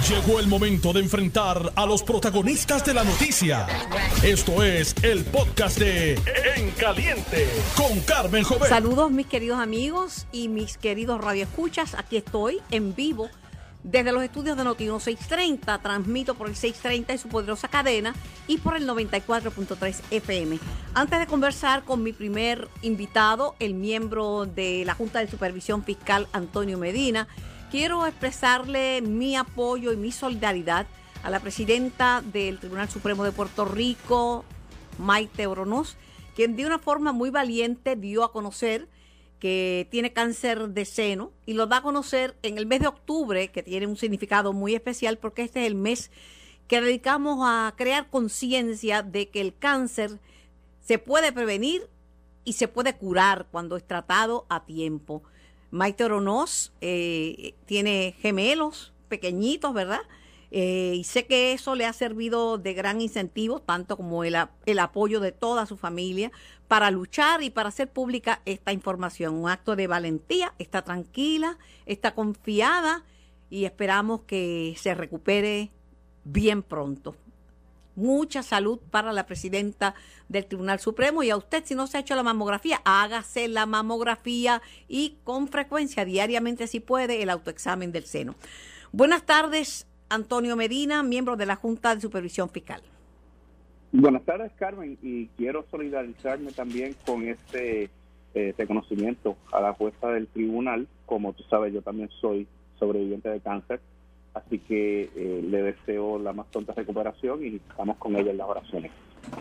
Llegó el momento de enfrentar a los protagonistas de la noticia. Esto es el podcast de En Caliente con Carmen Jovet. Saludos mis queridos amigos y mis queridos radioescuchas. Aquí estoy en vivo desde los estudios de Noti 630. Transmito por el 630 y su poderosa cadena y por el 94.3 FM. Antes de conversar con mi primer invitado, el miembro de la Junta de Supervisión Fiscal, Antonio Medina, quiero expresarle mi apoyo y mi solidaridad a la presidenta del Tribunal Supremo de Puerto Rico, Maite Oronoz, quien de una forma muy valiente dio a conocer que tiene cáncer de seno y lo da a conocer en el mes de octubre, que tiene un significado muy especial porque este es el mes que dedicamos a crear conciencia de que el cáncer se puede prevenir y se puede curar cuando es tratado a tiempo. Maite Oronoz tiene gemelos pequeñitos, ¿verdad? Y sé que eso le ha servido de gran incentivo, tanto como el apoyo de toda su familia, para luchar y para hacer pública esta información. Un acto de valentía, está tranquila, está confiada y esperamos que se recupere bien pronto. Mucha salud para la presidenta del Tribunal Supremo, y a usted, si no se ha hecho la mamografía, hágase la mamografía y con frecuencia, diariamente si puede, el autoexamen del seno. Buenas tardes, Antonio Medina, miembro de la Junta de Supervisión Fiscal. Buenas tardes, Carmen, y quiero solidarizarme también con este reconocimiento a la apuesta del tribunal. Como tú sabes, yo también soy sobreviviente de cáncer, así que le deseo la más pronta recuperación y estamos con ella en las oraciones.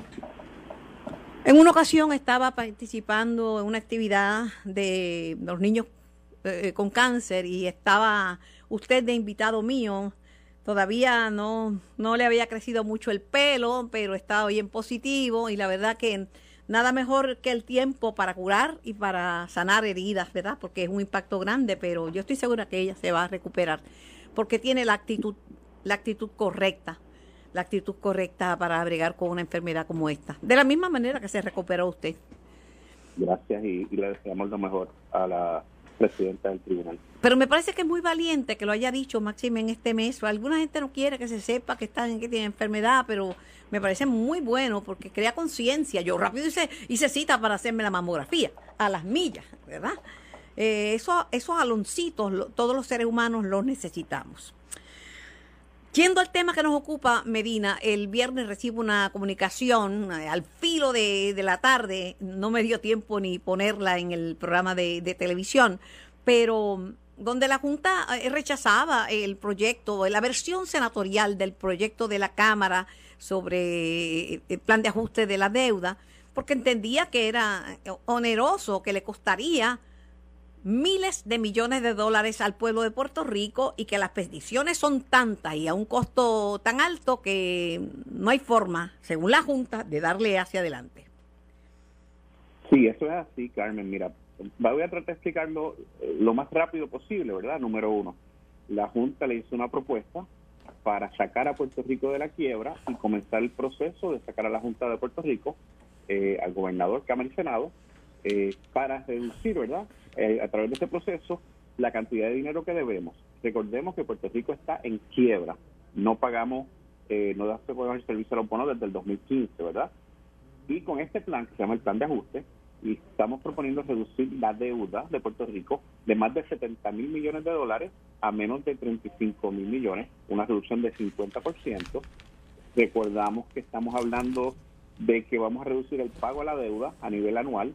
En una ocasión estaba participando en una actividad de los niños con cáncer y estaba usted de invitado mío. Todavía no le había crecido mucho el pelo, pero estaba bien positivo y la verdad que nada mejor que el tiempo para curar y para sanar heridas, ¿verdad? Porque es un impacto grande, pero yo estoy segura que ella se va a recuperar porque tiene la actitud correcta para bregar con una enfermedad como esta. De la misma manera que se recuperó usted. Gracias y le deseamos lo mejor a la presidenta del tribunal. Pero me parece que es muy valiente que lo haya dicho Máxime en este mes. Alguna gente no quiere que se sepa que tiene enfermedad, pero me parece muy bueno porque crea conciencia. Yo rápido hice cita para hacerme la mamografía, a las millas, ¿verdad? Esos aloncitos, todos los seres humanos los necesitamos. Yendo al tema que nos ocupa, Medina, el viernes recibo una comunicación al filo de la tarde, no me dio tiempo ni ponerla en el programa de televisión, pero donde la Junta rechazaba el proyecto, la versión senatorial del proyecto de la Cámara sobre el plan de ajuste de la deuda, porque entendía que era oneroso, que le costaría miles de millones de dólares al pueblo de Puerto Rico y que las peticiones son tantas y a un costo tan alto que no hay forma, según la Junta, de darle hacia adelante. Sí, eso es así, Carmen. Mira, voy a tratar de explicarlo lo más rápido posible, ¿verdad? Número uno, la Junta le hizo una propuesta para sacar a Puerto Rico de la quiebra y comenzar el proceso de sacar a la Junta de Puerto Rico, al gobernador, Cámara y Senado, para reducir, ¿verdad?, a través de este proceso, la cantidad de dinero que debemos. Recordemos que Puerto Rico está en quiebra. No pagamos, no se puede dar el servicio a los bonos desde el 2015, ¿verdad? Y con este plan, que se llama el plan de ajuste, y estamos proponiendo reducir la deuda de Puerto Rico de más de 70,000 millones de dólares a menos de 35,000 millones, una reducción de 50%. Recordamos que estamos hablando de que vamos a reducir el pago a la deuda a nivel anual.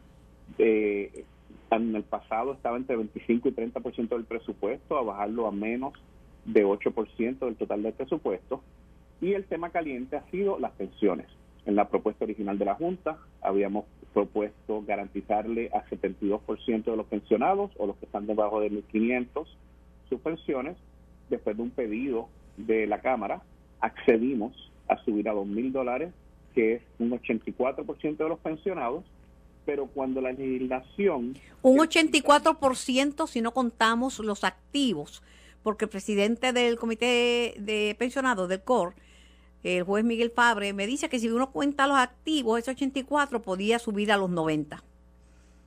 En el pasado estaba entre 25 y 30% del presupuesto, a bajarlo a menos de 8% del total del presupuesto. Y el tema caliente ha sido las pensiones. En la propuesta original de la Junta habíamos propuesto garantizarle a 72% de los pensionados o los que están debajo de 1.500 sus pensiones. Después de un pedido de la Cámara, accedimos a subir a $2,000, que es un 84% de los pensionados. Pero cuando la legislación... Un 84% si no contamos los activos, porque el presidente del Comité de Pensionados del COR, el juez Miguel Fabre, me dice que si uno cuenta los activos, ese 84 podía subir a los 90.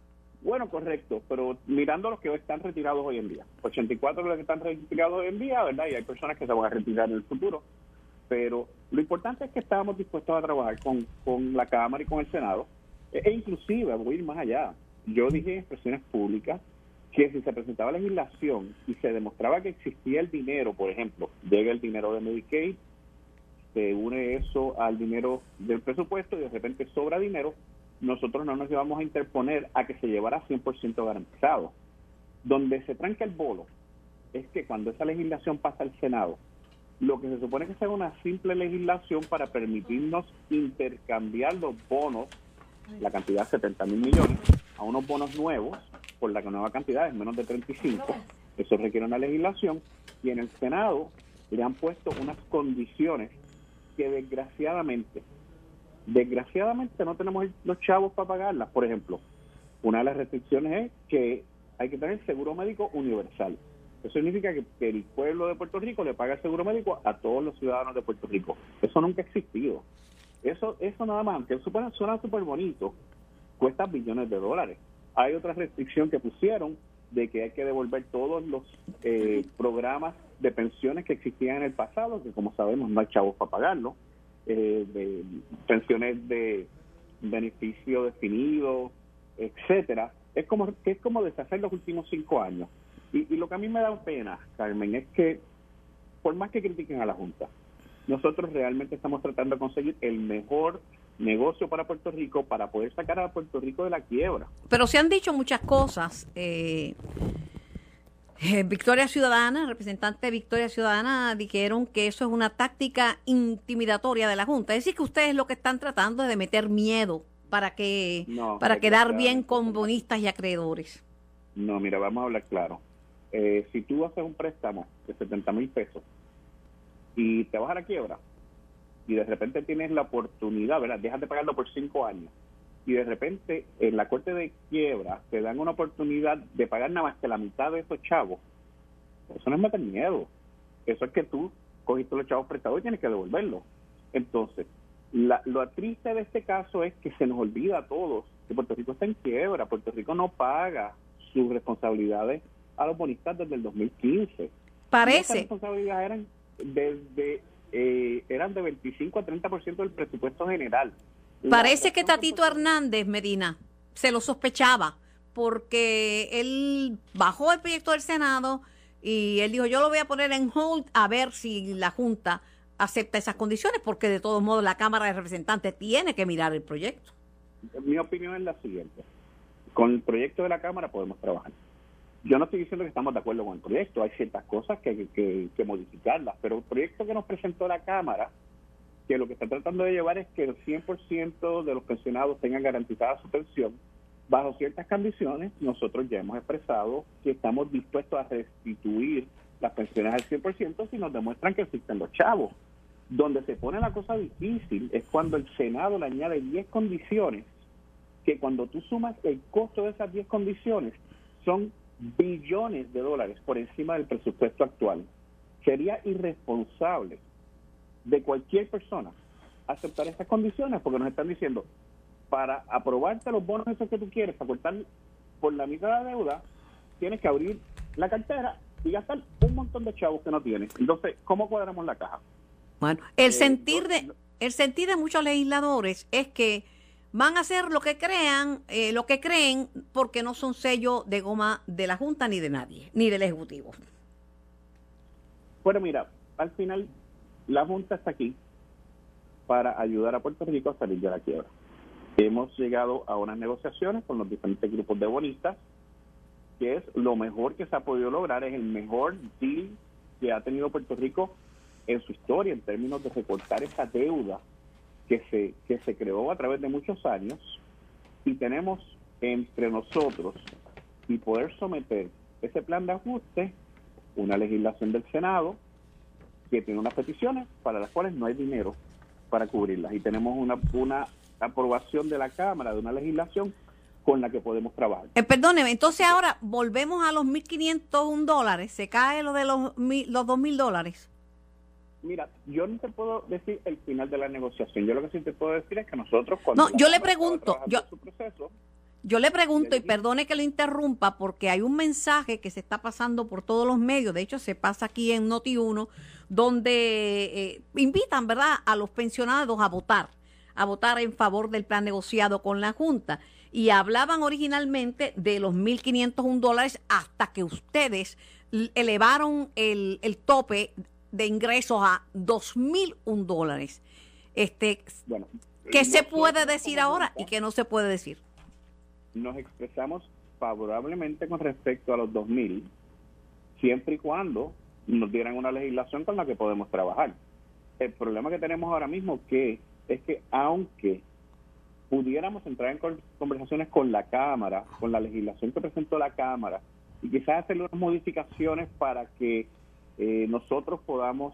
Bueno, correcto, pero mirando los que están retirados hoy en día, 84 de los que están retirados hoy en día, ¿verdad? Y hay personas que se van a retirar en el futuro, pero lo importante es que estábamos dispuestos a trabajar con la Cámara y con el Senado, e inclusive, voy a ir más allá, yo dije en expresiones públicas que si se presentaba legislación y se demostraba que existía el dinero, por ejemplo, llega el dinero de Medicaid, se une eso al dinero del presupuesto y de repente sobra dinero, nosotros no nos íbamos a interponer a que se llevara 100% garantizado. Donde se tranca el bolo es que cuando esa legislación pasa al Senado, lo que se supone que sea una simple legislación para permitirnos intercambiar los bonos, la cantidad de 70 mil millones, a unos bonos nuevos, por la nueva cantidad es menos de 35, eso requiere una legislación, y en el Senado le han puesto unas condiciones que desgraciadamente no tenemos los chavos para pagarlas. Por ejemplo, una de las restricciones es que hay que tener seguro médico universal. Eso significa que el pueblo de Puerto Rico le paga el seguro médico a todos los ciudadanos de Puerto Rico. Eso nunca ha existido. Eso nada más, aunque suena súper bonito, cuesta billones de dólares. Hay otra restricción que pusieron de que hay que devolver todos los programas de pensiones que existían en el pasado, que como sabemos no hay chavos para pagarlo, de pensiones de beneficio definido, etcétera. Es como deshacer los últimos 5 años. Y lo que a mí me da pena, Carmen, es que por más que critiquen a la Junta, nosotros realmente estamos tratando de conseguir el mejor negocio para Puerto Rico para poder sacar a Puerto Rico de la quiebra. Pero se han dicho muchas cosas. Victoria Ciudadana, representante de Victoria Ciudadana, dijeron que eso es una táctica intimidatoria de la Junta. Es decir, que ustedes lo que están tratando es de meter miedo para quedar bien con bonistas y acreedores. No, mira, vamos a hablar claro. Si tú haces un préstamo de 70 mil pesos y te vas a la quiebra y de repente tienes la oportunidad, ¿verdad? Dejas de pagarlo por 5 años y de repente en la corte de quiebra te dan una oportunidad de pagar nada más que la mitad de esos chavos. Eso no es meter miedo. Eso es que tú cogiste los chavos prestados y tienes que devolverlos. Entonces, lo triste de este caso es que se nos olvida a todos que Puerto Rico está en quiebra. Puerto Rico no paga sus responsabilidades a los bonistas desde el 2015. Parece. Esas responsabilidades eran de 25 a 30% del presupuesto general. Parece que Tatito Hernández, Medina, se lo sospechaba, porque él bajó el proyecto del Senado y él dijo, yo lo voy a poner en hold a ver si la Junta acepta esas condiciones, porque de todos modos la Cámara de Representantes tiene que mirar el proyecto. Mi opinión es la siguiente. Con el proyecto de la Cámara podemos trabajar. Yo no estoy diciendo que estamos de acuerdo con el proyecto, hay ciertas cosas que hay que modificarlas, pero el proyecto que nos presentó la Cámara, que lo que está tratando de llevar es que el 100% de los pensionados tengan garantizada su pensión, bajo ciertas condiciones, nosotros ya hemos expresado que estamos dispuestos a restituir las pensiones al 100% si nos demuestran que existen los chavos. Donde se pone la cosa difícil es cuando el Senado le añade 10 condiciones, que cuando tú sumas el costo de esas 10 condiciones, son billones de dólares por encima del presupuesto actual. Sería irresponsable de cualquier persona aceptar esas condiciones, porque nos están diciendo, para aprobarte los bonos esos que tú quieres, para cortar por la mitad de la deuda, tienes que abrir la cartera y gastar un montón de chavos que no tienes. Entonces, ¿cómo cuadramos la caja? Bueno, el sentir de muchos legisladores es que van a hacer lo que creen, porque no son sello de goma de la Junta ni de nadie, ni del Ejecutivo. Bueno, mira, al final la Junta está aquí para ayudar a Puerto Rico a salir de la quiebra. Hemos llegado a unas negociaciones con los diferentes grupos de bonistas, que es lo mejor que se ha podido lograr, es el mejor deal que ha tenido Puerto Rico en su historia en términos de recortar esa deuda que se creó a través de muchos años, y tenemos entre nosotros y poder someter ese plan de ajuste una legislación del Senado que tiene unas peticiones para las cuales no hay dinero para cubrirlas, y tenemos una aprobación de la Cámara de una legislación con la que podemos trabajar. Perdóneme, entonces ahora volvemos a los $1,501, se cae lo de los $2,000. Mira, yo no te puedo decir el final de la negociación. Yo lo que sí te puedo decir es que nosotros yo le pregunto, Yo le pregunto, y perdone que lo interrumpa, porque hay un mensaje que se está pasando por todos los medios, de hecho se pasa aquí en Noti1, donde invitan, ¿verdad?, a los pensionados a votar en favor del plan negociado con la Junta. Y hablaban originalmente de los $1,501 hasta que ustedes elevaron el tope de ingresos a $2,001. Bueno, ¿qué se puede decir ahora y qué no se puede decir? Nos expresamos favorablemente con respecto a los 2,000, siempre y cuando nos dieran una legislación con la que podemos trabajar. El problema que tenemos ahora mismo es que aunque pudiéramos entrar en conversaciones con la Cámara, con la legislación que presentó la Cámara, y quizás hacerle unas modificaciones para que nosotros podamos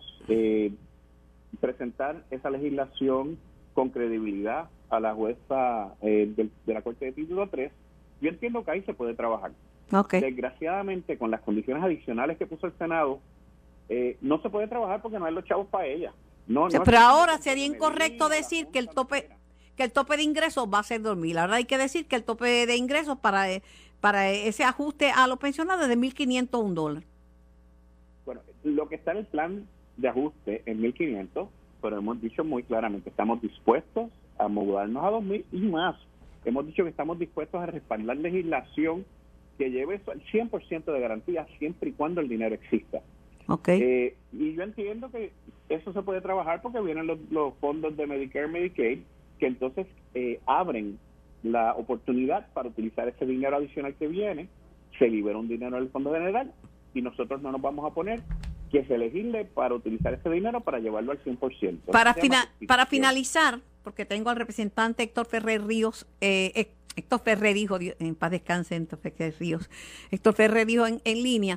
presentar esa legislación con credibilidad a la jueza de la Corte de Título 3, yo entiendo que ahí se puede trabajar. Okay. Desgraciadamente, con las condiciones adicionales que puso el Senado, no se puede trabajar porque no hay los chavos para ella. Pero ahora sería incorrecto decir que el tope de ingresos va a ser 2,000. Ahora hay que decir que el tope de ingresos para ese ajuste a los pensionados es de $1,501. Bueno, lo que está en el plan de ajuste es 1,500, pero hemos dicho muy claramente, estamos dispuestos a mudarnos a 2,000 y más. Hemos dicho que estamos dispuestos a respaldar legislación que lleve eso al 100% de garantía, siempre y cuando el dinero exista. Okay. Y yo entiendo que eso se puede trabajar porque vienen los fondos de Medicare y Medicaid, que entonces abren la oportunidad para utilizar ese dinero adicional que viene, se libera un dinero del Fondo General y nosotros no nos vamos a poner que se legisle para utilizar ese dinero para llevarlo al 100%. Para finalizar, porque tengo al representante Héctor Ferrer Ríos, Héctor Ferrer dijo, en paz descanse Héctor Ferrer dijo en línea,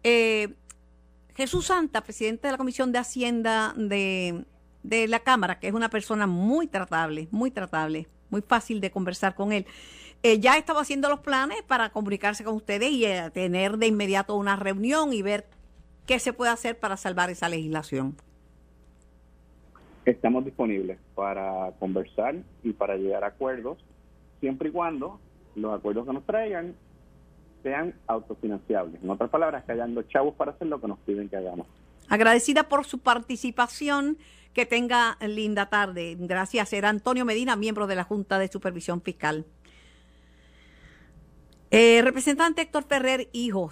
Jesús Santa, presidente de la Comisión de Hacienda de la Cámara, que es una persona muy tratable, muy fácil de conversar con él, ya estaba haciendo los planes para comunicarse con ustedes y tener de inmediato una reunión y ver qué se puede hacer para salvar esa legislación. Estamos disponibles para conversar y para llegar a acuerdos, siempre y cuando los acuerdos que nos traigan sean autofinanciables. En otras palabras, que hayan los chavos para hacer lo que nos piden que hagamos. Agradecida por su participación. Que tenga linda tarde. Gracias. Era Antonio Medina, miembro de la Junta de Supervisión Fiscal. Representante Héctor Ferrer, hijo.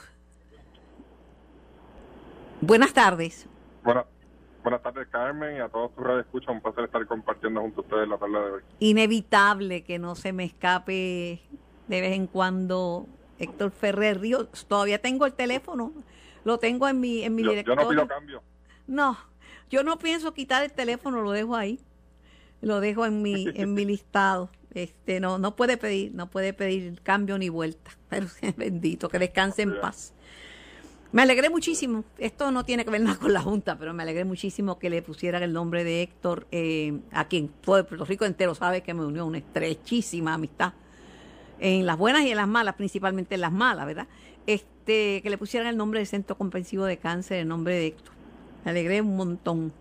Buenas tardes. Buenas tardes, Carmen, y a todos tus radioescuchas. Un placer estar compartiendo junto a ustedes la tarde de hoy. Inevitable que no se me escape de vez en cuando Héctor Ferrer Ríos. Todavía tengo el teléfono. Lo tengo en mi directorio. Yo no pido cambio. No. Yo no pienso quitar el teléfono, lo dejo ahí. Lo dejo en mi listado. No puede pedir cambio ni vuelta. Pero bendito, que descanse en paz. Me alegré muchísimo. Esto no tiene que ver nada con la Junta, pero me alegré muchísimo que le pusieran el nombre de Héctor, a quien todo el Puerto Rico entero sabe que me unió una estrechísima amistad. En las buenas y en las malas, principalmente en las malas, ¿verdad? Que le pusieran el nombre del Centro Comprensivo de Cáncer, el nombre de Héctor. Me alegré un montón.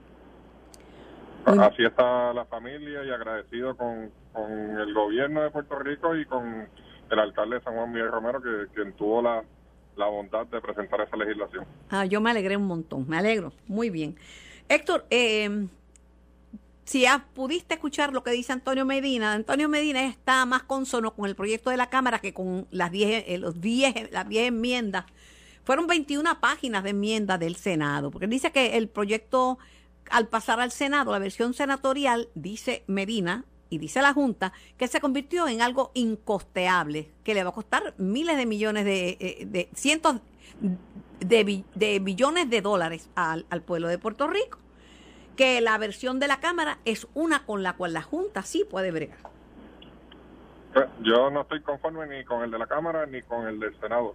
Así está la familia y agradecido con el gobierno de Puerto Rico y con el alcalde de San Juan, Miguel Romero, quien tuvo la bondad de presentar esa legislación. Yo me alegré un montón, me alegro, muy bien. Héctor, si pudiste escuchar lo que dice Antonio Medina está más consono con el proyecto de la Cámara que con las 10 enmiendas. Fueron 21 páginas de enmiendas del Senado, porque dice que el proyecto, al pasar al Senado, la versión senatorial, dice Medina y dice la Junta, que se convirtió en algo incosteable, que le va a costar miles de millones de cientos de billones de dólares al pueblo de Puerto Rico, que la versión de la Cámara es una con la cual la Junta sí puede bregar. Yo no estoy conforme ni con el de la Cámara ni con el del Senado.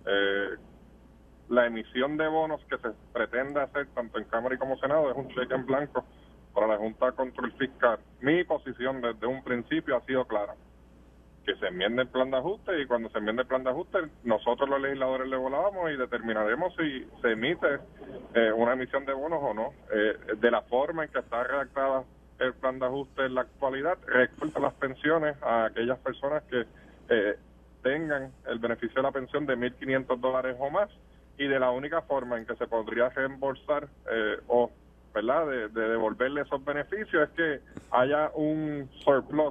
La emisión de bonos que se pretende hacer tanto en Cámara y como Senado es un cheque en blanco para la Junta de Control Fiscal. Mi posición desde un principio ha sido clara, que se enmiende el plan de ajuste, y cuando se enmiende el plan de ajuste nosotros los legisladores le volábamos y determinaremos si se emite una emisión de bonos o no. De la forma en que está redactada el plan de ajuste en la actualidad, recorta las pensiones a aquellas personas que tengan el beneficio de la pensión de $1,500 o más, y de la única forma en que se podría reembolsar o, ¿verdad?, de devolverle esos beneficios es que haya un surplus,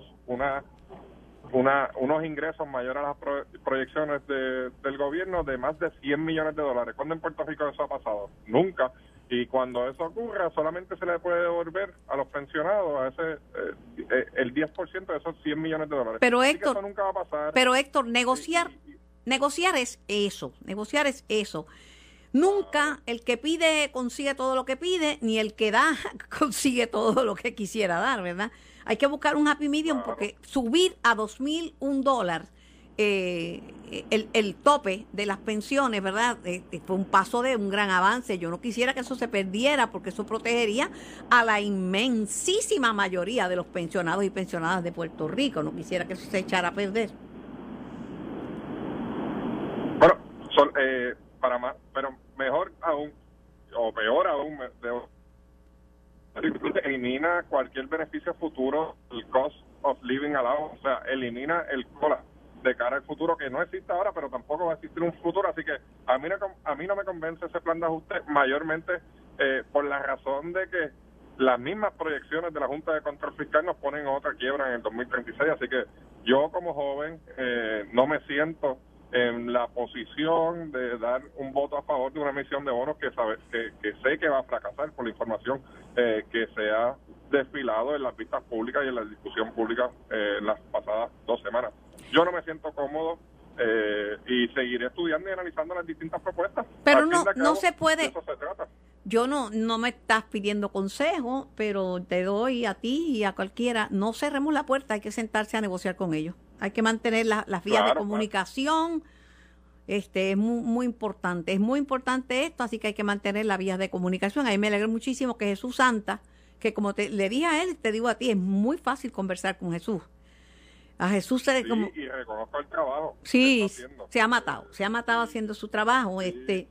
unos ingresos mayores a las proyecciones del gobierno de más de $100 millones. ¿Cuándo en Puerto Rico eso ha pasado? Nunca. Y cuando eso ocurra, solamente se le puede devolver a los pensionados a ese el 10% de esos $100 millones. Pero Así Héctor, que eso nunca va a pasar. Pero Héctor, negociar es eso. Nunca el que pide consigue todo lo que pide, ni el que da consigue todo lo que quisiera dar, ¿verdad? Hay que buscar un happy medium, porque subir a $2,001 el tope de las pensiones, ¿verdad? Fue un paso de un gran avance. Yo no quisiera que eso se perdiera, porque eso protegería a la inmensísima mayoría de los pensionados y pensionadas de Puerto Rico. No quisiera que eso se echara a perder. Bueno, para más, pero mejor aún, o peor aún, elimina cualquier beneficio futuro, el cost of living allowance, o sea, elimina el COLA de cara al futuro, que no existe ahora, pero tampoco va a existir un futuro. Así que a mí no me convence ese plan de ajuste, mayormente por la razón de que las mismas proyecciones de la Junta de Control Fiscal nos ponen otra quiebra en el 2036, así que yo como joven no me siento en la posición de dar un voto a favor de una emisión de bonos que sé que va a fracasar por la información que se ha desfilado en las vistas públicas y en la discusión pública en las pasadas 2 semanas. Yo no me siento cómodo y seguiré estudiando y analizando las distintas propuestas. Pero no se puede. De eso se trata. Yo no me estás pidiendo consejo, pero te doy a ti y a cualquiera, no cerremos la puerta, hay que sentarse a negociar con ellos. Hay que mantener las vías de comunicación. Es muy importante. Es muy importante esto, así que hay que mantener las vías de comunicación. A mí me alegra muchísimo que Jesús Santa, que como le dije a él, te digo a ti, es muy fácil conversar con Jesús. A Jesús y reconozco el trabajo. Sí, se ha matado haciendo su trabajo. Hay que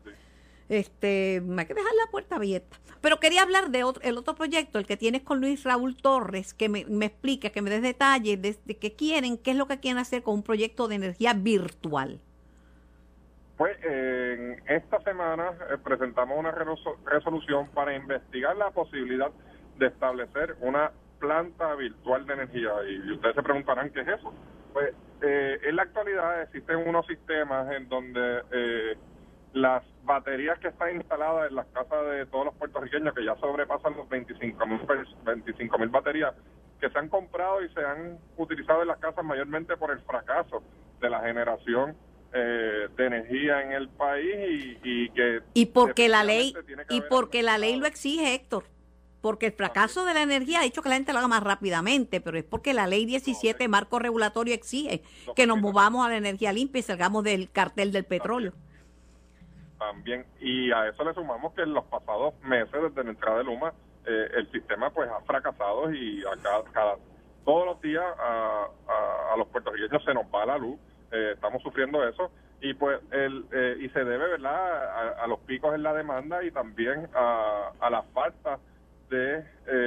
dejar la puerta abierta. Pero quería hablar de el otro proyecto, el que tienes con Luis Raúl Torres, que me explique, que me des detalles de qué es lo que quieren hacer con un proyecto de energía virtual. Pues en esta semana presentamos una resolución para investigar la posibilidad de establecer una planta virtual de energía. Y ustedes se preguntarán qué es eso. Pues en la actualidad existen unos sistemas en donde las baterías que están instaladas en las casas de todos los puertorriqueños, que ya sobrepasan los 25,000 baterías, que se han comprado y se han utilizado en las casas mayormente por el fracaso de la generación de energía en el país y porque la ley lo exige, Héctor, porque el fracaso de la energía ha hecho que la gente lo haga más rápidamente, pero es porque la ley 17, marco regulatorio, exige que nos movamos a la energía limpia y salgamos del cartel del petróleo. También, y a eso le sumamos que en los pasados meses, desde la entrada de Luma, el sistema pues ha fracasado y todos los días a los puertorriqueños se nos va la luz. Estamos sufriendo eso y pues y se debe, ¿verdad?, a los picos en la demanda y también a la falta de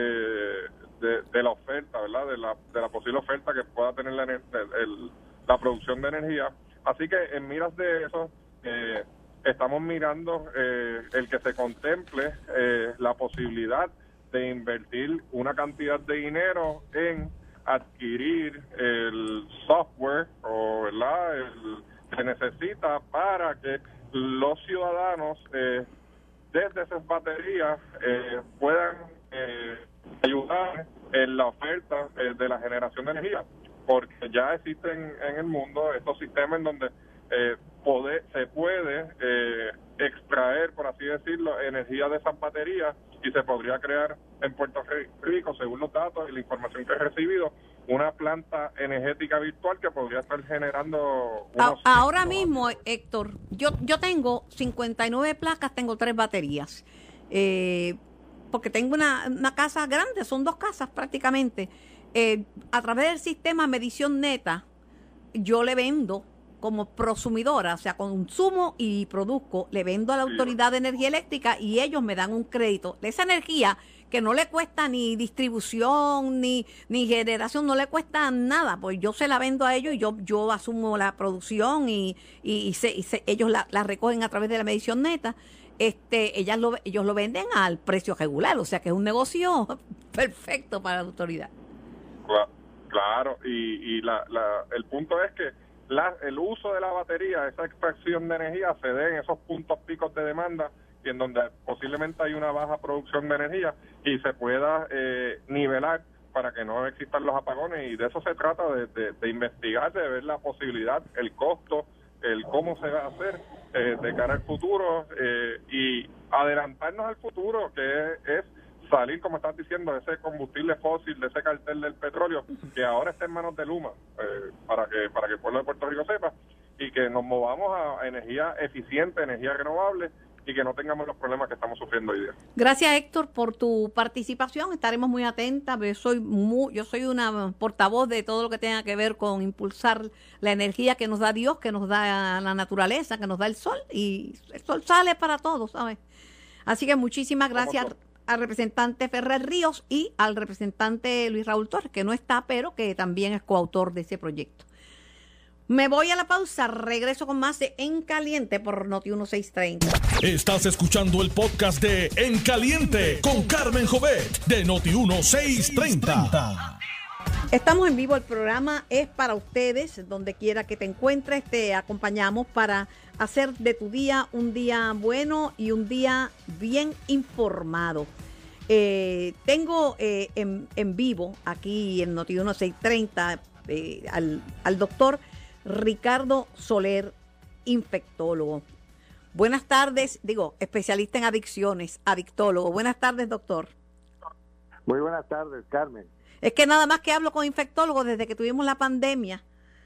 la oferta, ¿verdad?, de la posible oferta que pueda tener la producción de energía. Así que en miras de eso estamos mirando el que se contemple la posibilidad de invertir una cantidad de dinero en adquirir el software o, ¿verdad?, se necesita para que los ciudadanos desde esas baterías puedan ayudar en la oferta de la generación de energía, porque ya existen en el mundo estos sistemas en donde se puede extraer, por así decirlo, energía de esas baterías, y se podría crear en Puerto Rico, según los datos y la información que he recibido, una planta energética virtual que podría estar generando ahora mismo, Héctor, yo tengo 59 placas, tengo 3 baterías, porque tengo una casa grande, son 2 casas prácticamente. A través del sistema Medición Neta, yo le vendo como prosumidora, o sea, consumo y produzco, le vendo a la Autoridad de Energía Eléctrica y ellos me dan un crédito de esa energía que no le cuesta ni distribución ni generación, no le cuesta nada, pues yo se la vendo a ellos y yo asumo la producción y ellos la recogen a través de la medición neta. Ellos lo venden al precio regular, o sea que es un negocio perfecto para la autoridad. Claro, y el punto es que el uso de la batería, esa extracción de energía, se dé en esos puntos picos de demanda y en donde posiblemente hay una baja producción de energía y se pueda nivelar para que no existan los apagones, y de eso se trata, de investigar, de ver la posibilidad, el costo, el cómo se va a hacer de cara al futuro y adelantarnos al futuro, que es salir, como estás diciendo, de ese combustible fósil, de ese cartel del petróleo, que ahora está en manos de Luma, para que el pueblo de Puerto Rico sepa, y que nos movamos a energía eficiente, energía renovable, y que no tengamos los problemas que estamos sufriendo hoy día. Gracias, Héctor, por tu participación. Estaremos muy atentas. Yo soy una portavoz de todo lo que tenga que ver con impulsar la energía que nos da Dios, que nos da la naturaleza, que nos da el sol, y el sol sale para todos, ¿sabes? Así que muchísimas gracias al representante Ferrer Ríos y al representante Luis Raúl Torres, que no está, pero que también es coautor de ese proyecto. Me voy a la pausa, regreso con más de En Caliente por Noti 1630. Estás escuchando el podcast de En Caliente con Carmen Jovet de Noti 1630. Estamos en vivo, el programa es para ustedes, donde quiera que te encuentres, te acompañamos para hacer de tu día un día bueno y un día bien informado. Tengo en vivo aquí en Noti 1630 al doctor Ricardo Soler, infectólogo. Buenas tardes, especialista en adicciones, adictólogo. Buenas tardes, doctor. Muy buenas tardes, Carmen. Es que nada más que hablo con infectólogos desde que tuvimos la pandemia.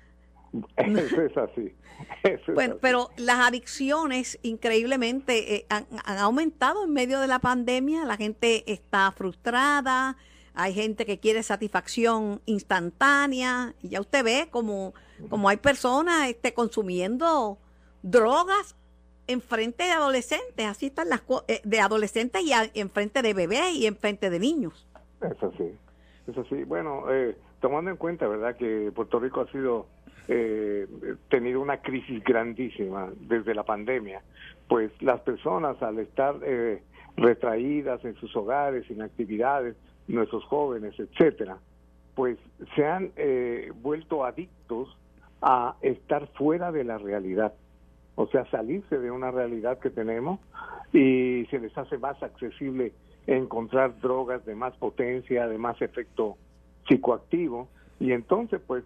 Eso es así. Bueno, pero las adicciones increíblemente han aumentado en medio de la pandemia. La gente está frustrada, hay gente que quiere satisfacción instantánea, y ya usted ve como hay personas consumiendo drogas en frente de adolescentes. Así están las cosas, de adolescentes y en frente de bebés y en frente de niños. Eso sí. Bueno, tomando en cuenta, ¿verdad?, que Puerto Rico ha sido tenido una crisis grandísima desde la pandemia, pues las personas, al estar retraídas en sus hogares, sin actividades, nuestros jóvenes, etcétera, pues se han vuelto adictos a estar fuera de la realidad, o sea, salirse de una realidad que tenemos, y se les hace más accesible encontrar drogas de más potencia, de más efecto psicoactivo, y entonces pues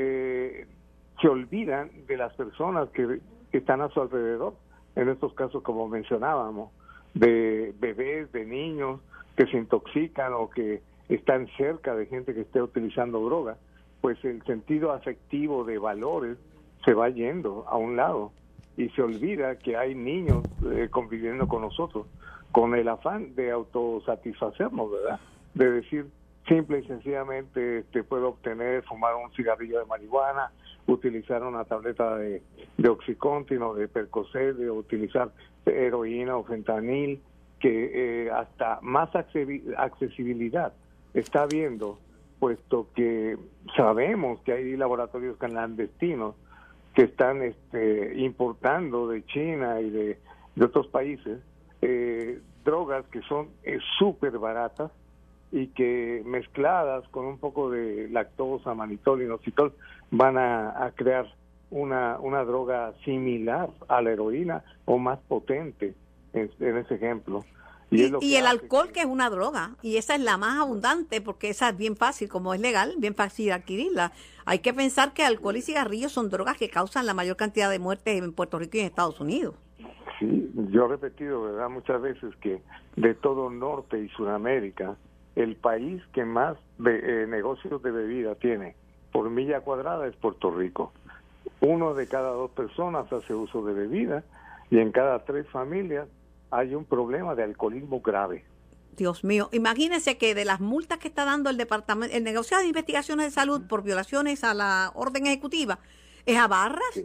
se olvidan de las personas que están a su alrededor, en estos casos, como mencionábamos, de bebés, de niños que se intoxican o que están cerca de gente que esté utilizando droga. Pues el sentido afectivo de valores se va yendo a un lado y se olvida que hay niños conviviendo con nosotros con el afán de autosatisfacernos, ¿verdad? De decir, simple y sencillamente puedo fumar un cigarrillo de marihuana, utilizar una tableta de Oxycontin o de Percocet, de utilizar heroína o fentanil, que hasta más accesibilidad está habiendo, puesto que sabemos que hay laboratorios clandestinos que están importando de China y de otros países drogas que son súper baratas y que mezcladas con un poco de lactosa, manitol, inositol, van a crear una droga similar a la heroína o más potente en ese ejemplo. Y el alcohol, que es una droga, y esa es la más abundante, porque esa es bien fácil, como es legal, bien fácil adquirirla. Hay que pensar que alcohol y cigarrillos son drogas que causan la mayor cantidad de muertes en Puerto Rico y en Estados Unidos. Sí, yo he repetido, ¿verdad?, muchas veces que de todo Norte y Sudamérica, el país que más negocios de bebida tiene por milla cuadrada es Puerto Rico. 1 de cada 2 personas hace uso de bebida, y en cada 3 familias hay un problema de alcoholismo grave. Dios mío, imagínense que de las multas que está dando el departamento, el negociado de investigaciones de salud por violaciones a la orden ejecutiva, es a barras. Sí.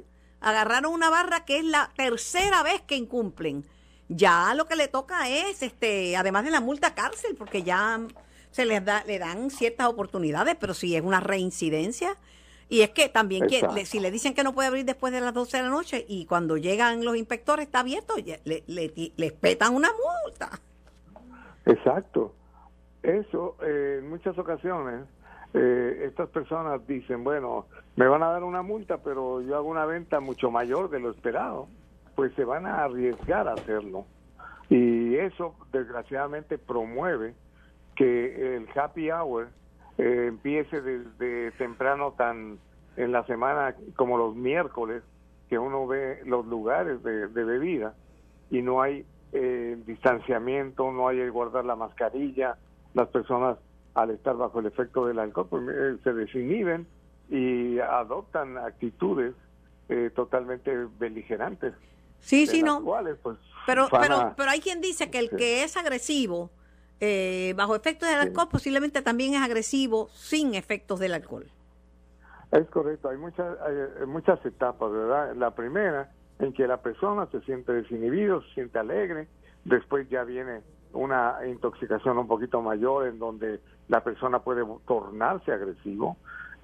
agarraron una barra que es la tercera vez que incumplen. Ya lo que le toca es, además de la multa, cárcel, porque ya le dan ciertas oportunidades, pero si es una reincidencia. Y es que también si le dicen que no puede abrir después de las 12 de la noche y cuando llegan los inspectores está abierto, les petan una multa. Exacto. Eso, en muchas ocasiones, estas personas dicen, bueno, me van a dar una multa, pero yo hago una venta mucho mayor de lo esperado. Pues se van a arriesgar a hacerlo. Y eso, desgraciadamente, promueve que el happy hour empiece desde temprano, tan en la semana como los miércoles, que uno ve los lugares de bebida y no hay distanciamiento, no hay el guardar la mascarilla. Las personas, al estar bajo el efecto del alcohol, pues, se desinhiben y adoptan actitudes totalmente beligerantes. Sí, no. Cuales, pues, pero hay quien dice que el que es agresivo bajo efectos del alcohol posiblemente también es agresivo sin efectos del alcohol. Es correcto, hay muchas etapas, ¿verdad? La primera, en que la persona se siente desinhibido, se siente alegre, después ya viene una intoxicación un poquito mayor en donde la persona puede tornarse agresivo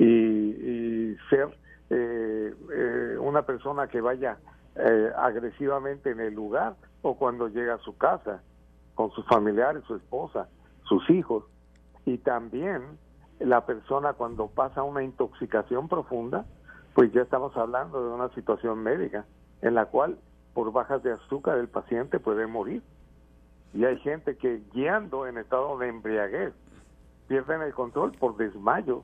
y ser una persona que vaya agresivamente en el lugar o cuando llega a su casa con sus familiares, su esposa, sus hijos. Y también la persona cuando pasa una intoxicación profunda, pues ya estamos hablando de una situación médica en la cual por bajas de azúcar el paciente puede morir. Y hay gente que guiando en estado de embriaguez pierden el control por desmayo.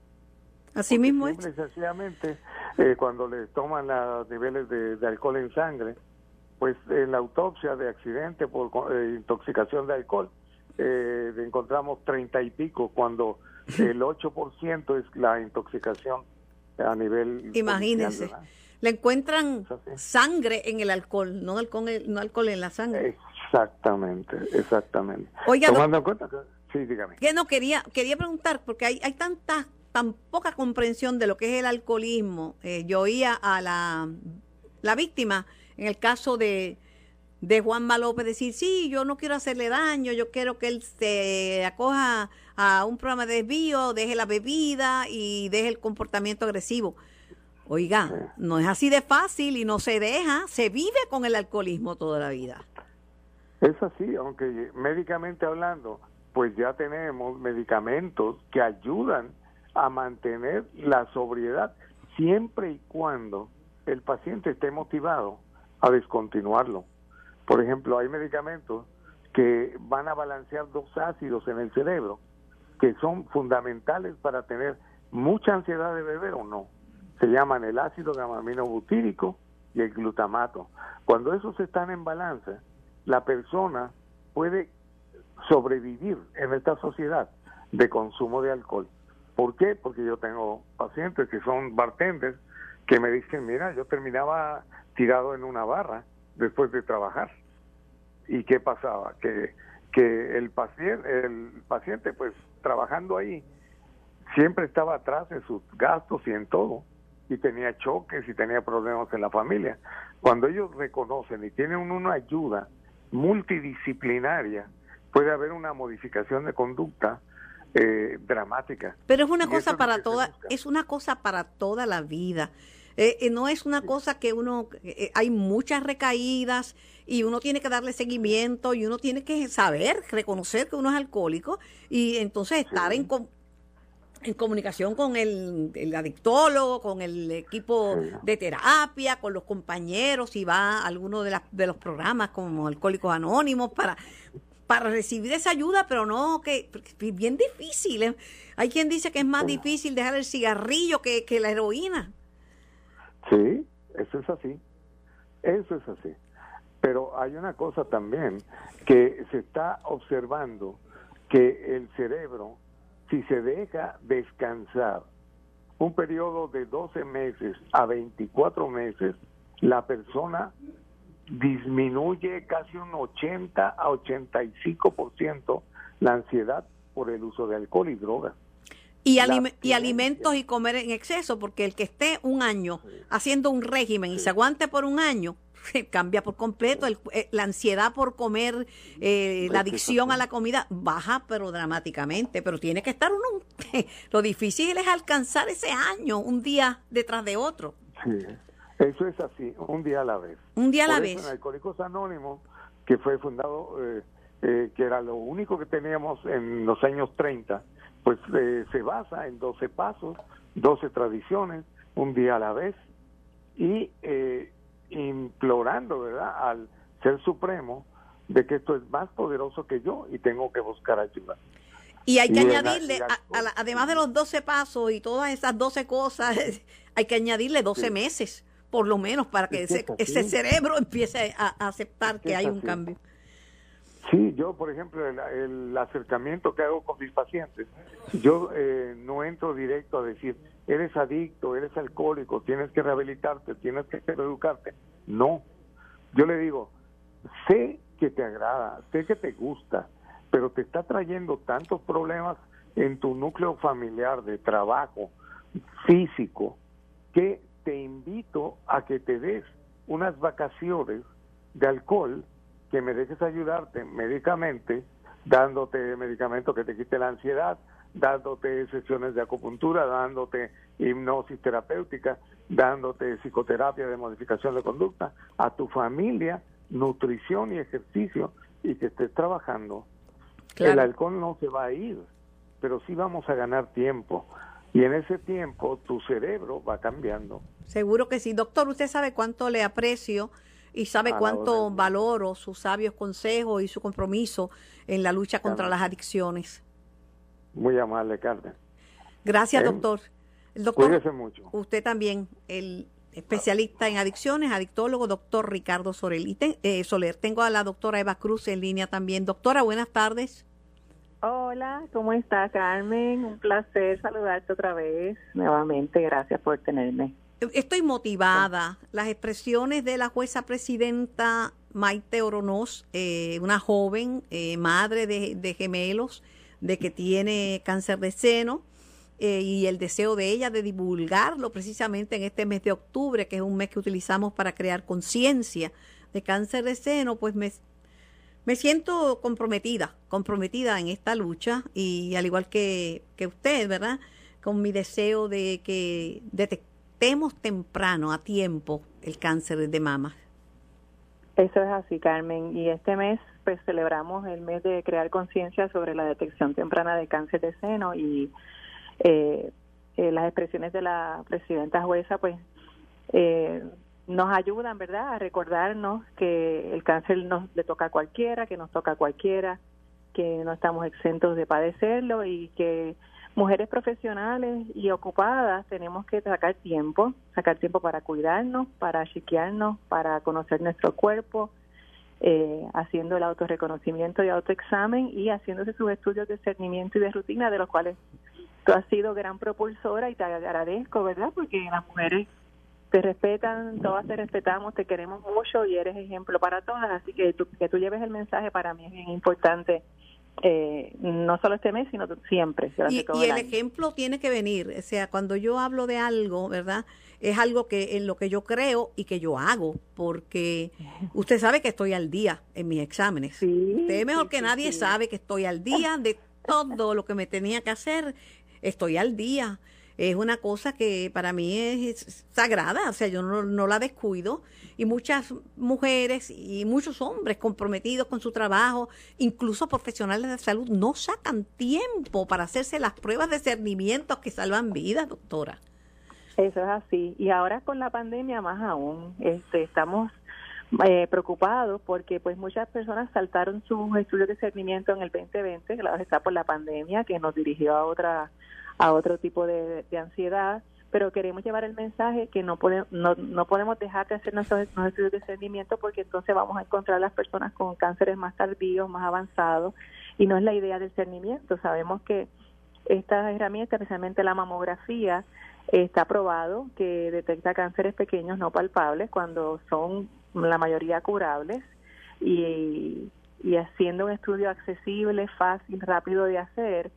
Así mismo es. Simple y sencillamente, cuando le toman los niveles de alcohol en sangre, pues en la autopsia de accidente por intoxicación de alcohol, encontramos 30 y pico, cuando el 8% es la intoxicación a nivel... Imagínense, le encuentran sangre en el alcohol, no alcohol en la sangre. Exactamente. Oiga, tomando en cuenta que... Sí, dígame. Que no, quería preguntar, porque hay tan poca comprensión de lo que es el alcoholismo. Yo oía a la víctima, en el caso de Juanma López, decir, sí, yo no quiero hacerle daño, yo quiero que él se acoja a un programa de desvío, deje la bebida y deje el comportamiento agresivo. Oiga, no es así de fácil y no se deja, se vive con el alcoholismo toda la vida. Es así, aunque médicamente hablando, pues ya tenemos medicamentos que ayudan a mantener la sobriedad, siempre y cuando el paciente esté motivado a descontinuarlo. Por ejemplo, hay medicamentos que van a balancear dos ácidos en el cerebro que son fundamentales para tener mucha ansiedad de beber o no. Se llaman el ácido gamma-aminobutírico y el glutamato. Cuando esos están en balance, la persona puede sobrevivir en esta sociedad de consumo de alcohol. ¿Por qué? Porque yo tengo pacientes que son bartenders que me dicen, mira, yo terminaba tirado en una barra después de trabajar. ¿Y qué pasaba? Que el paciente, pues, trabajando ahí, siempre estaba atrás en sus gastos y en todo, y tenía choques y tenía problemas en la familia. Cuando ellos reconocen y tienen una ayuda multidisciplinaria, puede haber una modificación de conducta dramática. Pero es una cosa para toda la vida. No es una cosa que hay muchas recaídas y uno tiene que darle seguimiento y uno tiene que saber, reconocer que uno es alcohólico y entonces estar en comunicación con el adictólogo, con el equipo de terapia, con los compañeros, si va a alguno de los programas como Alcohólicos Anónimos para recibir esa ayuda, pero no, que es bien difícil. Hay quien dice que es más difícil dejar el cigarrillo que la heroína. Sí, eso es así. Pero hay una cosa también, que se está observando que el cerebro, si se deja descansar un periodo de 12 meses a 24 meses, la persona disminuye casi un 80 a 85% la ansiedad por el uso de alcohol y drogas. Y alimentos y comer en exceso, porque el que esté un año haciendo un régimen y se aguante por un año, cambia por completo. La ansiedad por comer, la adicción a la comida baja, pero dramáticamente. Pero tiene que estar uno. Lo difícil es alcanzar ese año, un día detrás de otro. Sí, eso es así, un día a la vez. Un día a la Por vez. eso en Alcohólicos Anónimos, que fue fundado, que era lo único que teníamos en los años 30, pues se basa en 12 pasos, 12 tradiciones, un día a la vez, y implorando, ¿verdad?, al Ser Supremo de que esto es más poderoso que yo y tengo que buscar ayuda. Y hay que añadirle, además de los 12 pasos y todas esas 12 cosas, hay que añadirle 12 meses, por lo menos, para que ese cerebro empiece a aceptar que hay un cambio. Sí, yo, por ejemplo, el acercamiento que hago con mis pacientes, yo no entro directo a decir, eres adicto, eres alcohólico, tienes que rehabilitarte, tienes que educarte. No, yo le digo, sé que te agrada, sé que te gusta, pero te está trayendo tantos problemas en tu núcleo familiar, de trabajo, físico, que te invito a que te des unas vacaciones de alcohol, que me dejes ayudarte médicamente, dándote medicamentos que te quite la ansiedad, dándote sesiones de acupuntura, dándote hipnosis terapéutica, dándote psicoterapia de modificación de conducta, a tu familia, nutrición y ejercicio, y que estés trabajando. Claro. El alcohol no se va a ir, pero sí vamos a ganar tiempo. Y en ese tiempo tu cerebro va cambiando. Seguro que sí. Doctor, usted sabe cuánto le aprecio y sabe cuánto valoro sus sabios consejos y su compromiso en la lucha contra las adicciones. Muy amable, Carmen. Gracias, doctor. El doctor, cuídese mucho. Usted también, el especialista en adicciones, adictólogo, doctor Ricardo Soler. Soler. Tengo a la doctora Eva Cruz en línea también. Doctora, buenas tardes. Hola, ¿cómo está, Carmen? Un placer saludarte otra vez nuevamente. Gracias por tenerme. Estoy motivada. Las expresiones de la jueza presidenta Maite Oronoz, una joven madre de gemelos, de que tiene cáncer de seno, y el deseo de ella de divulgarlo precisamente en este mes de octubre, que es un mes que utilizamos para crear conciencia de cáncer de seno, pues me siento comprometida en esta lucha, y al igual que usted, ¿verdad?, con mi deseo de que detectemos temprano, a tiempo, el cáncer de mama. Eso es así, Carmen, y este mes pues celebramos el mes de crear conciencia sobre la detección temprana de cáncer de seno, y las expresiones de la presidenta jueza pues nos ayudan, ¿verdad?, a recordarnos que el cáncer le toca a cualquiera, que nos toca a cualquiera, que no estamos exentos de padecerlo, y que mujeres profesionales y ocupadas tenemos que sacar tiempo para cuidarnos, para chequearnos, para conocer nuestro cuerpo, haciendo el autorreconocimiento y autoexamen, y haciéndose sus estudios de discernimiento y de rutina, de los cuales tú has sido gran propulsora, y te agradezco, ¿verdad?, porque las mujeres te respetan, todas te respetamos, te queremos mucho y eres ejemplo para todas, así que tú lleves el mensaje para mí es bien importante, no solo este mes, sino siempre. Y el ejemplo tiene que venir, o sea, cuando yo hablo de algo, ¿verdad?, es algo que en lo que yo creo y que yo hago, porque usted sabe que estoy al día en mis exámenes. Sí, usted mejor que nadie sabe que estoy al día de todo lo que me tenía que hacer, estoy al día. Es una cosa que para mí es sagrada, o sea, yo no la descuido, y muchas mujeres y muchos hombres comprometidos con su trabajo, incluso profesionales de salud, no sacan tiempo para hacerse las pruebas de discernimiento que salvan vidas, doctora. Eso es así, y ahora con la pandemia más aún, estamos preocupados porque pues muchas personas saltaron sus estudios de discernimiento en el 2020, claro, está por la pandemia que nos dirigió a otro tipo de ansiedad, pero queremos llevar el mensaje que no podemos dejar de hacer nuestros estudios de discernimiento, porque entonces vamos a encontrar a las personas con cánceres más tardíos, más avanzados, y no es la idea del discernimiento. Sabemos que esta herramienta, especialmente la mamografía, está probado que detecta cánceres pequeños no palpables cuando son la mayoría curables, y haciendo un estudio accesible, fácil, rápido de hacer,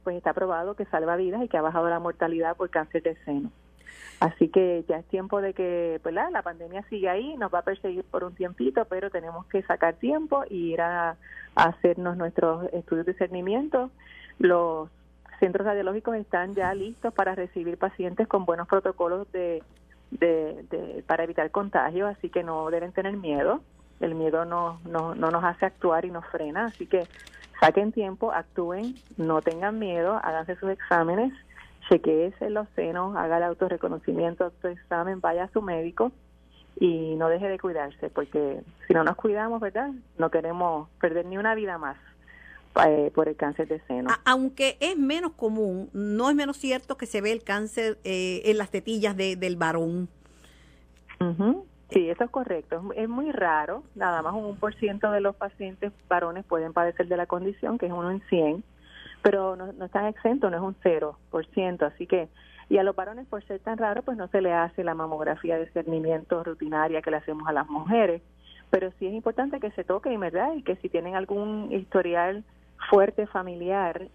pues está probado que salva vidas y que ha bajado la mortalidad por cáncer de seno. Así que ya es tiempo de que, ¿verdad? La pandemia sigue ahí, nos va a perseguir por un tiempito, pero tenemos que sacar tiempo y ir a hacernos nuestros estudios de discernimiento. Los centros radiológicos están ya listos para recibir pacientes con buenos protocolos para evitar contagio, así que no deben tener miedo. El miedo no nos hace actuar y nos frena, así que saquen tiempo, actúen, no tengan miedo, háganse sus exámenes, chequéese los senos, haga el autorreconocimiento, autoexamen, vaya a su médico y no deje de cuidarse, porque si no nos cuidamos, ¿verdad? No queremos perder ni una vida más por el cáncer de seno. Aunque es menos común, no es menos cierto que se ve el cáncer en las tetillas del varón. Uh-huh. Sí, eso es correcto. Es muy raro, nada más un 1% de los pacientes varones pueden padecer de la condición, que es 1 en 100, pero no están exentos, no es un 0%, así que, y a los varones por ser tan raro, pues no se le hace la mamografía de discernimiento rutinaria que le hacemos a las mujeres, pero sí es importante que se toquen, ¿verdad? Y que si tienen algún historial fuerte familiar,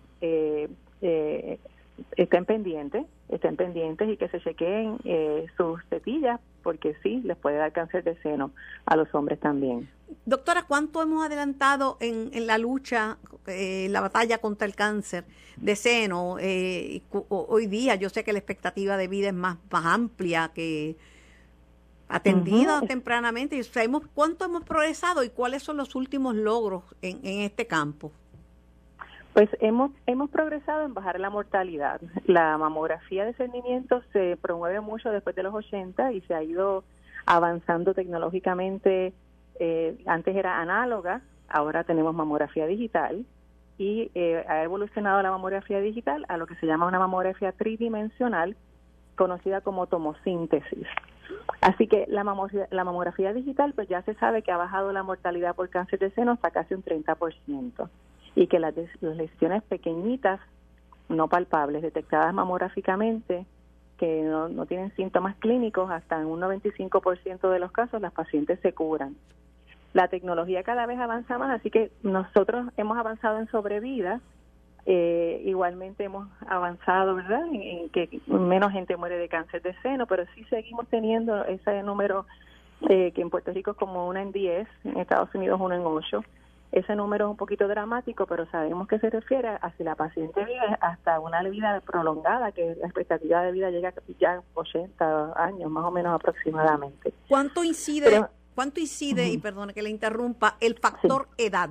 estén pendientes y que se chequeen sus tetillas, porque sí, les puede dar cáncer de seno a los hombres también. Doctora, ¿cuánto hemos adelantado en la lucha, la batalla contra el cáncer de seno? Hoy día yo sé que la expectativa de vida es más amplia, que atendida tempranamente. Y sabemos cuánto hemos progresado y cuáles son los últimos logros en este campo. Pues hemos progresado en bajar la mortalidad. La mamografía de discernimiento se promueve mucho después de los 80 y se ha ido avanzando tecnológicamente. Antes era análoga, ahora tenemos mamografía digital y ha evolucionado la mamografía digital a lo que se llama una mamografía tridimensional, conocida como tomosíntesis. Así que la mamografía digital, pues ya se sabe que ha bajado la mortalidad por cáncer de seno hasta casi un 30%. Y que las lesiones pequeñitas, no palpables, detectadas mamográficamente, que no tienen síntomas clínicos, hasta en un 95% de los casos las pacientes se curan. La tecnología cada vez avanza más, así que nosotros hemos avanzado en sobrevida, igualmente hemos avanzado, ¿verdad?, en que menos gente muere de cáncer de seno, pero sí seguimos teniendo ese número que en Puerto Rico es como 1 en 10, en Estados Unidos 1 en 8. Ese número es un poquito dramático, pero sabemos que se refiere a si la paciente vive hasta una vida prolongada, que la expectativa de vida llega ya a 80 años, más o menos aproximadamente. ¿Cuánto incide, y perdone que le interrumpa, el factor edad?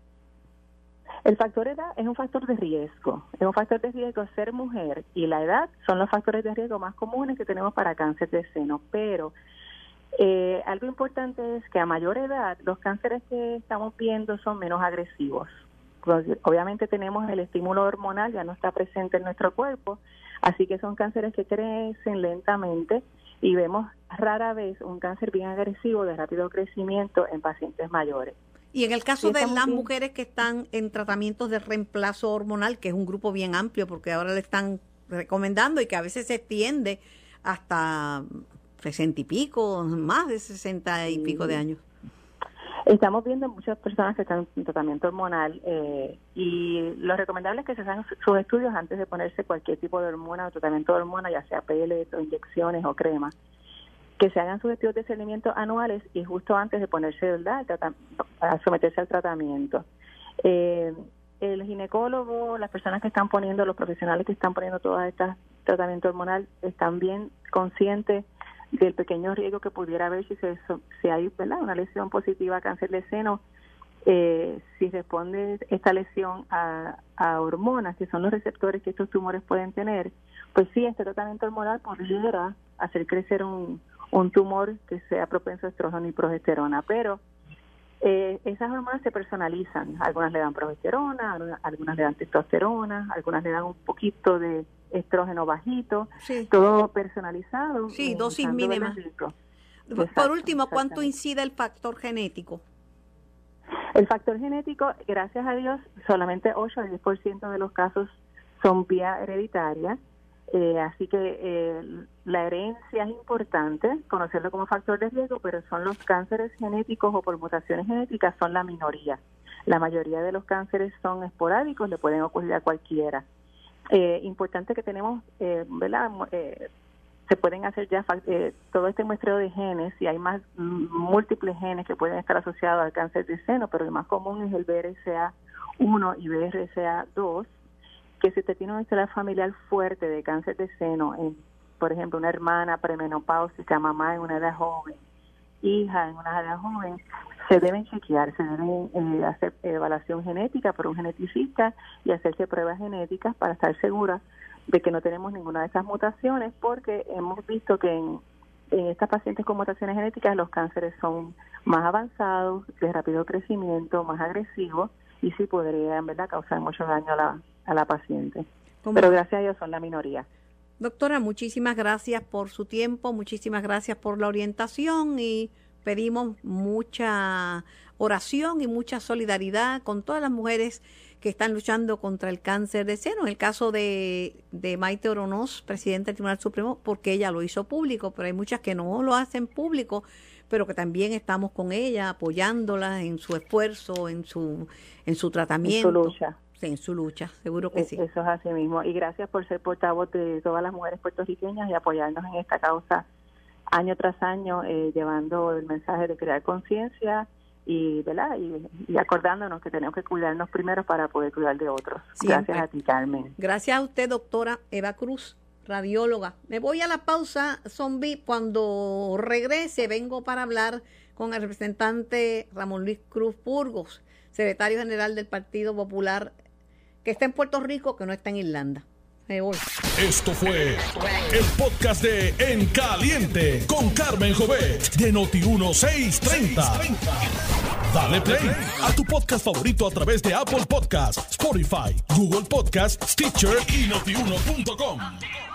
El factor edad es un factor de riesgo. Es un factor de riesgo ser mujer y la edad son los factores de riesgo más comunes que tenemos para cáncer de seno, pero algo importante es que a mayor edad los cánceres que estamos viendo son menos agresivos. Obviamente tenemos el estímulo hormonal, ya no está presente en nuestro cuerpo, así que son cánceres que crecen lentamente y vemos rara vez un cáncer bien agresivo de rápido crecimiento en pacientes mayores. Y en el caso de las mujeres que están en tratamientos de reemplazo hormonal, que es un grupo bien amplio porque ahora le están recomendando y que a veces se extiende hasta 60 y pico, más de 60 y pico de años. Estamos viendo muchas personas que están en tratamiento hormonal y lo recomendable es que se hagan sus estudios antes de ponerse cualquier tipo de hormona o tratamiento de hormona, ya sea pellets o inyecciones o cremas, que se hagan sus estudios de discernimiento anuales y justo antes de ponerse, ¿verdad?, a someterse al tratamiento. El ginecólogo, las personas que están poniendo, los profesionales que están poniendo todas estas tratamiento hormonal están bien conscientes del pequeño riesgo que pudiera haber si hay, ¿verdad?, una lesión positiva a cáncer de seno, si responde esta lesión a hormonas, que son los receptores que estos tumores pueden tener, pues sí, este tratamiento hormonal podría hacer crecer un tumor que sea propenso a estrógeno y progesterona, pero esas hormonas se personalizan. Algunas le dan progesterona, algunas le dan testosterona, algunas le dan un poquito de estrógeno bajito, sí, todo personalizado. Sí, dosis mínimas. Por último, ¿cuánto incide el factor genético? El factor genético, gracias a Dios, solamente 8 a 10% de los casos son vía hereditaria, así que la herencia es importante, conocerlo como factor de riesgo, pero son los cánceres genéticos o por mutaciones genéticas son la minoría. La mayoría de los cánceres son esporádicos, le pueden ocurrir a cualquiera. Importante que tenemos, ¿verdad? Se pueden hacer ya todo este muestreo de genes, y hay más múltiples genes que pueden estar asociados al cáncer de seno, pero el más común es el BRCA1 y BRCA2, que si usted tiene una historia familiar fuerte de cáncer de seno, por ejemplo, una hermana premenopáusica, mamá en una edad joven, hija en una edad joven, se deben chequear, se deben hacer evaluación genética por un geneticista y hacerse pruebas genéticas para estar segura de que no tenemos ninguna de esas mutaciones, porque hemos visto que en estas pacientes con mutaciones genéticas los cánceres son más avanzados, de rápido crecimiento, más agresivos, y sí podrían, ¿verdad?, causar mucho daño a la paciente. Pero gracias a Dios son la minoría. Doctora, muchísimas gracias por su tiempo, muchísimas gracias por la orientación, y pedimos mucha oración y mucha solidaridad con todas las mujeres que están luchando contra el cáncer de seno. En el caso de Maite Oronoz, presidenta del Tribunal Supremo, porque ella lo hizo público, pero hay muchas que no lo hacen público, pero que también estamos con ella, apoyándola en su esfuerzo, en su tratamiento. En su lucha. Sí, en su lucha, seguro que sí. Eso es así mismo. Y gracias por ser portavoz de todas las mujeres puertorriqueñas y apoyarnos en esta causa año tras año, llevando el mensaje de crear conciencia y, ¿verdad?, y acordándonos que tenemos que cuidarnos primero para poder cuidar de otros. Siempre. Gracias a ti, Carmen. Gracias a usted, doctora Eva Cruz, radióloga. Me voy a la pausa, Zombie. Cuando regrese vengo para hablar con el representante Ramón Luis Cruz Burgos, secretario general del Partido Popular, que está en Puerto Rico, que no está en Irlanda. Me voy. Esto fue el podcast de En Caliente con Carmen Jovet de Noti1630. Dale play a tu podcast favorito a través de Apple Podcasts, Spotify, Google Podcasts, Stitcher y Notiuno.com.